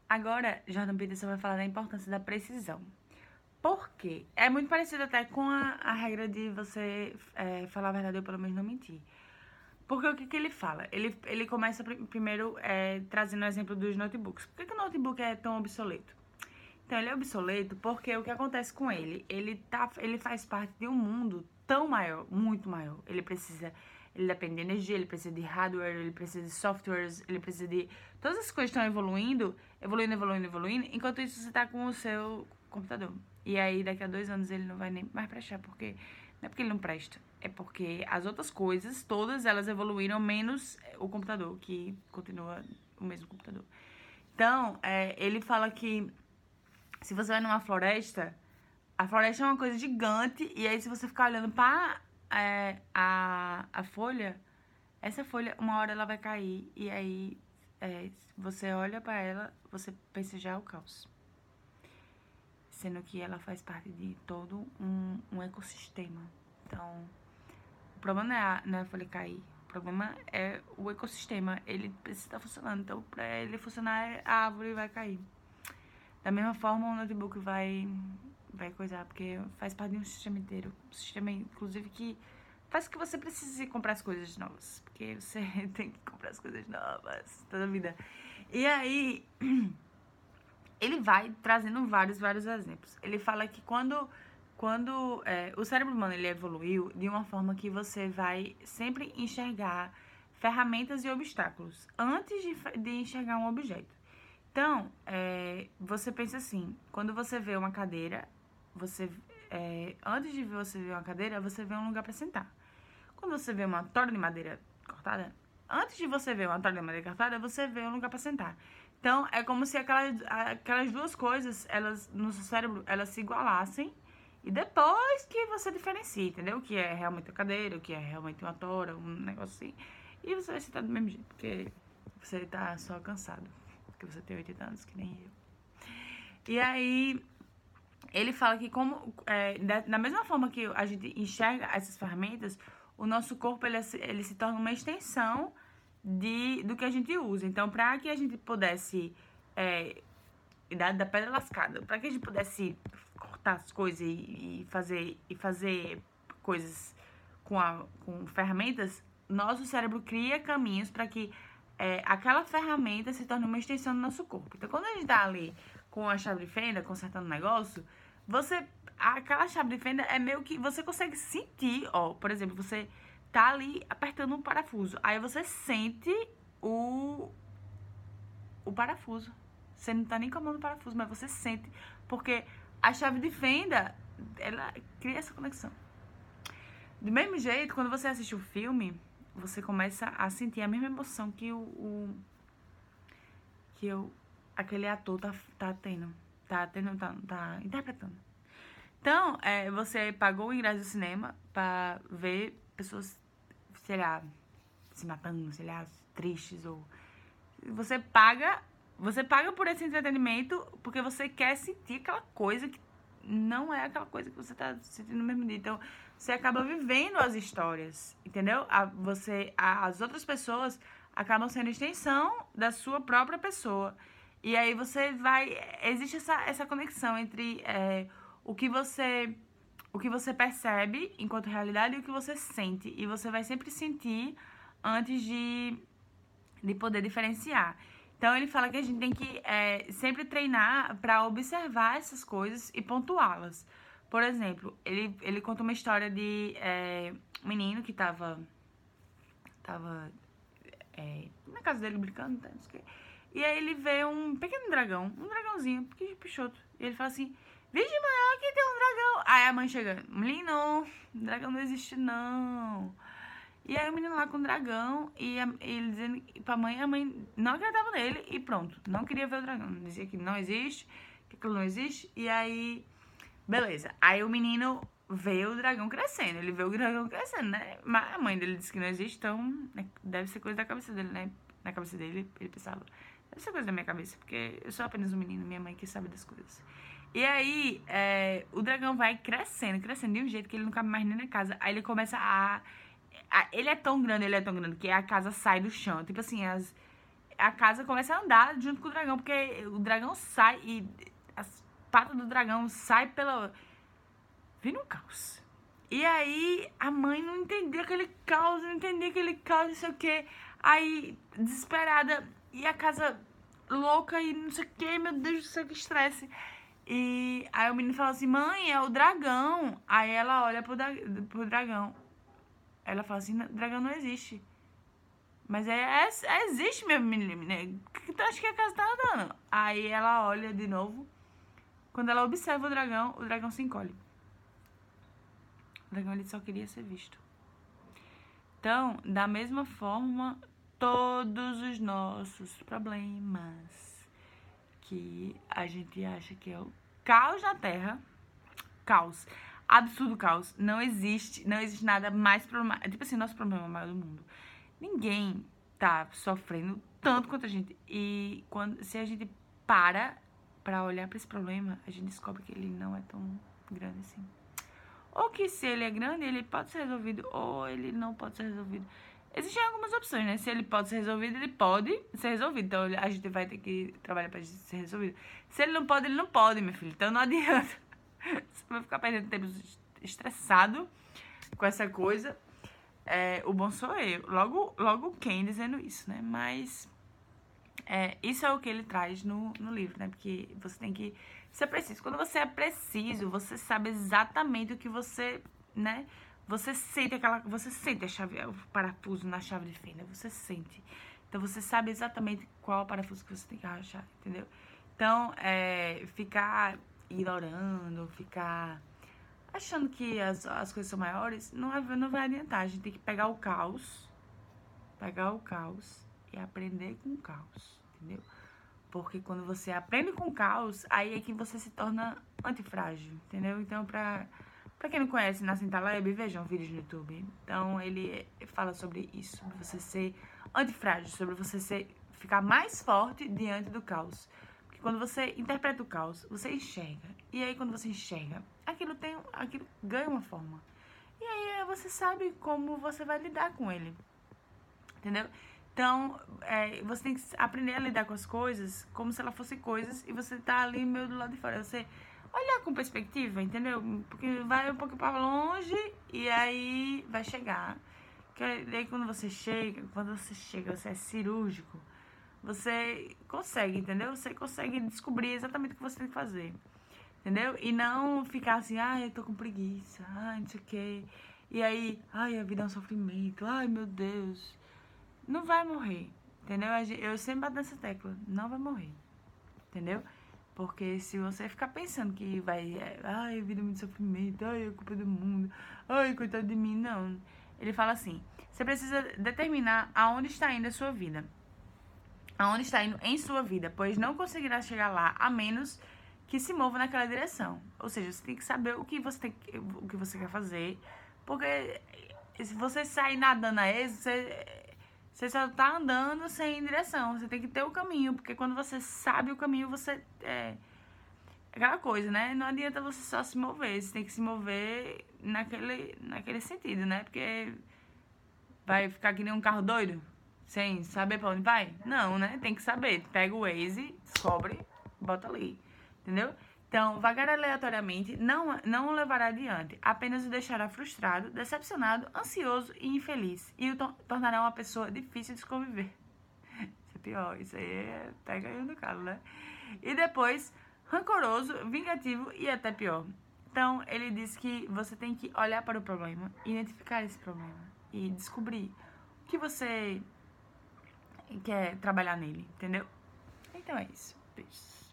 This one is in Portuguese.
Agora, Jordan Peterson vai falar da importância da precisão. Por quê? É muito parecido até com a regra de você falar a verdade ou pelo menos não mentir. Porque o que ele fala? Ele começa primeiro trazendo o exemplo dos notebooks. Por que o notebook é tão obsoleto? Então, ele é obsoleto porque o que acontece com ele? Ele faz parte de um mundo tão maior, muito maior. Ele depende de energia, ele precisa de hardware, ele precisa de softwares, ele precisa de... Todas as coisas estão evoluindo, enquanto isso você tá com o seu computador. E aí, daqui a 2 anos, ele não vai nem mais prestar, porque... Não é porque ele não presta, é porque as outras coisas, todas elas evoluíram, menos o computador, que continua o mesmo computador. Então, ele fala que se você vai numa floresta, a floresta é uma coisa gigante, e aí se você ficar olhando pra a folha, essa folha, uma hora ela vai cair, e aí você olha pra ela, você pensa já o caos. Sendo que ela faz parte de todo um ecossistema. Então, o problema não é a folha cair, o problema é o ecossistema, ele precisa estar funcionando, então pra ele funcionar, a árvore vai cair. Da mesma forma, o notebook vai coisar, porque faz parte de um sistema inteiro. Um sistema, inclusive, que faz com que você precise comprar as coisas novas. Porque você tem que comprar as coisas novas toda a vida. E aí, ele vai trazendo vários exemplos. Ele fala que quando o cérebro humano ele evoluiu de uma forma que você vai sempre enxergar ferramentas e obstáculos antes de enxergar um objeto. Então, você pensa assim, quando você vê uma cadeira, antes de você ver uma cadeira, você vê um lugar para sentar. Quando você vê uma tora de madeira cortada, antes de você ver uma tora de madeira cortada, você vê um lugar para sentar. Então, é como se aquelas duas coisas, elas no seu cérebro, elas se igualassem, e depois que você diferencia, entendeu? O que é realmente a cadeira, o que é realmente uma tora, um negócio assim. E você vai sentar do mesmo jeito, porque você tá só cansado. Porque você tem 80 anos, que nem eu. E aí, ele fala que da mesma forma que a gente enxerga essas ferramentas, o nosso corpo, ele se torna uma extensão do que a gente usa. Então, para que a gente pudesse, da pedra lascada, para que a gente pudesse cortar as coisas e fazer coisas com ferramentas, nosso cérebro cria caminhos para que aquela ferramenta se torne uma extensão do nosso corpo. Então, quando a gente tá ali com a chave de fenda, consertando um negócio, aquela chave de fenda é meio que você consegue sentir, por exemplo, você tá ali apertando um parafuso, aí você sente o parafuso. Você não tá nem com a mão no parafuso, mas você sente, porque a chave de fenda, ela cria essa conexão. Do mesmo jeito, quando você assiste o filme, você começa a sentir a mesma emoção que aquele ator tá interpretando. Então, você pagou o ingresso do cinema pra ver pessoas, sei lá, se matando, sei lá, tristes, ou... Você paga por esse entretenimento porque você quer sentir aquela coisa que não é aquela coisa que você tá sentindo no mesmo dia. Então, você acaba vivendo as histórias, entendeu? As outras pessoas acabam sendo extensão da sua própria pessoa. E aí existe essa conexão entre o que você percebe enquanto realidade e o que você sente. E você vai sempre sentir antes de poder diferenciar. Então, ele fala que a gente tem que sempre treinar para observar essas coisas e pontuá-las. Por exemplo, ele conta uma história de um menino que tava na casa dele brincando, não sei o quê. E aí ele vê um pequeno dragão, um dragãozinho, pichoto. E ele fala assim, vixe, mãe, aqui tem um dragão. Aí a mãe chega, menino, dragão não existe não. E aí o menino lá com o dragão, e ele dizendo pra mãe, a mãe não acreditava nele, e pronto, não queria ver o dragão. Dizia que não existe, que aquilo não existe, e aí, beleza. Aí o menino vê o dragão crescendo, né? Mas a mãe dele disse que não existe, então deve ser coisa da cabeça dele, né? Na cabeça dele, ele pensava, deve ser coisa da minha cabeça, porque eu sou apenas um menino, minha mãe que sabe das coisas. E aí, o dragão vai crescendo de um jeito que ele não cabe mais nem na casa. Aí ele começa ele é tão grande que a casa sai do chão. Tipo assim, a casa começa a andar junto com o dragão, porque o dragão sai e as patas do dragão saem pela... Vira um caos. E aí a mãe não entendia aquele caos, não sei o que. Aí, desesperada, e a casa louca e não sei o que, meu Deus do céu, que estresse. E aí o menino fala assim, mãe, é o dragão. Aí ela olha pro dragão. Ela fala assim, dragão não existe. Mas existe mesmo, menino, né? Que tu acha que a casa tá andando? Aí ela olha de novo. Quando ela observa o dragão se encolhe. O dragão, ele só queria ser visto. Então, da mesma forma, todos os nossos problemas que a gente acha que é o caos na Terra, caos, absurdo caos, não existe nada mais problemático. Tipo assim, nosso problema maior do mundo. Ninguém tá sofrendo tanto quanto a gente. E se a gente pra olhar pra esse problema, a gente descobre que ele não é tão grande assim. Ou que se ele é grande, ele pode ser resolvido, ou ele não pode ser resolvido. Existem algumas opções, né? Se ele pode ser resolvido, ele pode ser resolvido. Então a gente vai ter que trabalhar pra ser resolvido. Se ele não pode, meu filho. Então não adianta. Você vai ficar perdendo tempo estressado com essa coisa. O bom sou eu. Logo quem dizendo isso, né? Mas isso é o que ele traz no livro, né? Porque você tem que ser preciso. Quando você é preciso, você sabe exatamente o que você, né? Você sente a chave, o parafuso na chave de fenda, você sente. Então você sabe exatamente qual é o parafuso que você tem que arranjar, entendeu? Então, ficar ignorando, ficar achando que as coisas são maiores, não vai adiantar. A gente tem que pegar o caos e aprender com o caos, entendeu? Porque quando você aprende com o caos, aí é que você se torna antifrágil, entendeu? Então, pra quem não conhece Nassim Taleb, vejam vídeos no YouTube. Então, ele fala sobre isso, sobre você ser antifrágil, sobre você ficar mais forte diante do caos. Porque quando você interpreta o caos, você enxerga. E aí, quando você enxerga, aquilo ganha uma forma. E aí, você sabe como você vai lidar com ele, entendeu? Então, você tem que aprender a lidar com as coisas como se elas fossem coisas e você tá ali meio do lado de fora. Você olhar com perspectiva, entendeu? Porque vai um pouco para longe e aí vai chegar. Que aí quando você chega, você é cirúrgico, você consegue, entendeu? Você consegue descobrir exatamente o que você tem que fazer, entendeu? E não ficar assim, ai, eu tô com preguiça, ai, não sei o quê. E aí, ai, a vida é um sofrimento, ai, meu Deus. Não vai morrer, entendeu? Eu sempre bato nessa tecla, não vai morrer, entendeu? Porque se você ficar pensando que ai, vida é muito sofrimento, ai, é culpa do mundo, ai, coitado de mim, não. Ele fala assim, você precisa determinar aonde está indo a sua vida, aonde está indo em sua vida, pois não conseguirá chegar lá a menos que se mova naquela direção. Ou seja, você tem que saber o que você quer fazer, porque se você sair nadando a êxito, você só tá andando sem direção. Você tem que ter o caminho, porque quando você sabe o caminho, você... aquela coisa, né? Não adianta você só se mover. Você tem que se mover naquele sentido, né? Porque vai ficar que nem um carro doido, sem saber pra onde vai? Não, né? Tem que saber. Pega o Waze, descobre, bota ali. Entendeu? Então, vagar aleatoriamente não o levará adiante, apenas o deixará frustrado, decepcionado, ansioso e infeliz, e o tornará uma pessoa difícil de conviver. Isso é pior, isso aí pega aí no calo, né? E depois, rancoroso, vingativo e até pior. Então, ele diz que você tem que olhar para o problema, identificar esse problema e descobrir o que você quer trabalhar nele, entendeu? Então é isso. Beijo.